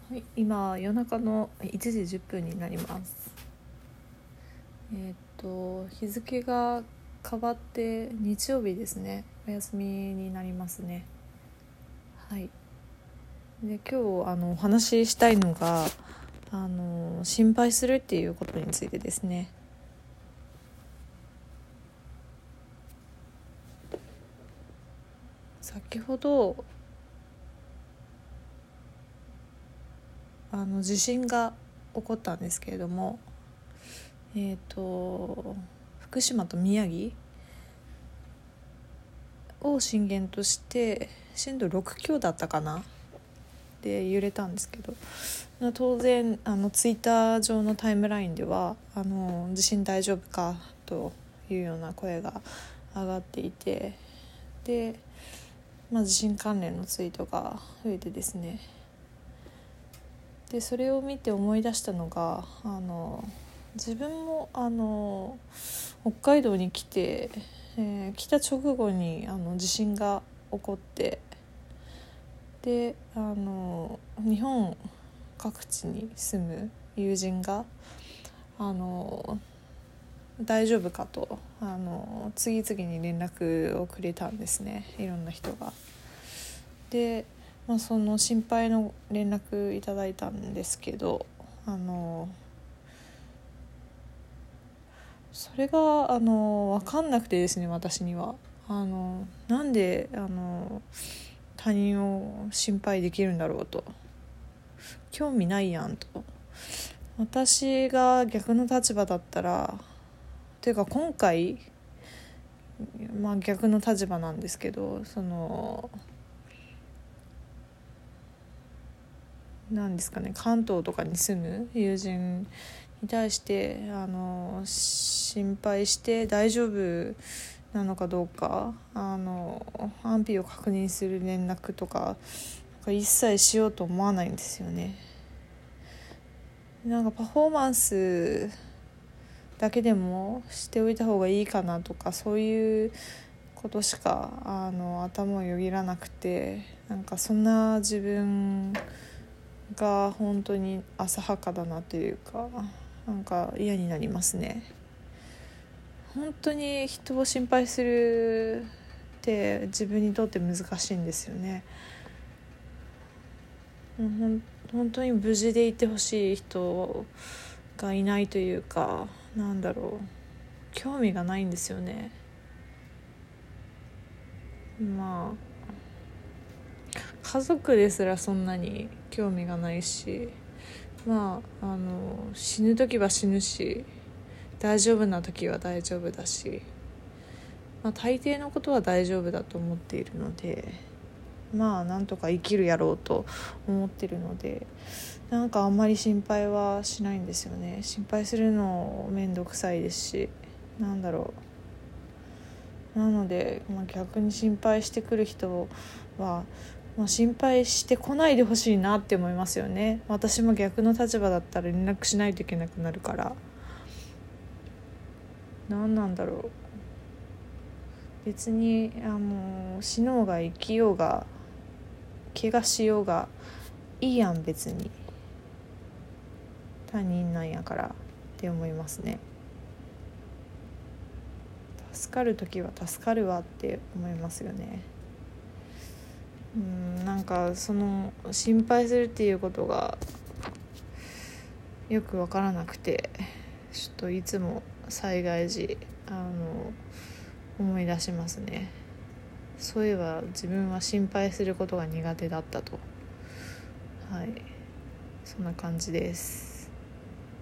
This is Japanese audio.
はい、今夜中の1時10分になります。日付が変わって日曜日ですね。お休みになりますね。はい。で、今日お話ししたいのが心配するっていうことについてですね。先ほど地震が起こったんですけれども、福島と宮城を震源として震度6強だったかなで揺れたんですけど、当然ツイッター上のタイムラインでは地震大丈夫かというような声が上がっていて、で、地震関連のツイートが増えてですね、でそれを見て思い出したのが自分も北海道に来て、来た直後に地震が起こって、で日本各地に住む友人が大丈夫かと次々に連絡をくれたんですね、いろんな人が。で、その心配の連絡いただいたんですけど、それが分かんなくてですね、私にはなんで他人を心配できるんだろうと、興味ないやんと。私が逆の立場だったら、というか今回逆の立場なんですけど、なんですかね、関東とかに住む友人に対して心配して大丈夫なのかどうか安否を確認する連絡とか一切しようと思わないんですよね。なんかパフォーマンスだけでもしておいた方がいいかなとか、そういうことしか頭をよぎらなくて、なんかそんな自分が本当に浅はかだなというか、なんか嫌になりますね。本当に人を心配するって自分にとって難しいんですよね。本当に無事でいてほしい人がいないというか、なんだろう、興味がないんですよね。家族ですらそんなに興味がないし、死ぬ時は死ぬし、大丈夫な時は大丈夫だし、大抵のことは大丈夫だと思っているので、なんとか生きるやろうと思っているので、なんかあんまり心配はしないんですよね。心配するのめんどくさいですし、なので、逆に心配してくる人は、心配してこないでほしいなって思いますよね。私も逆の立場だったら連絡しないといけなくなるから。何なんだろう、別に死のうが生きようが怪我しようがいいやん、別に他人なんやからって思いますね。助かる時は助かるわって思いますよね。なんかその心配するっていうことがよく分からなくて、ちょっといつも災害時思い出しますね。そういえば自分は心配することが苦手だったと。はい、そんな感じです。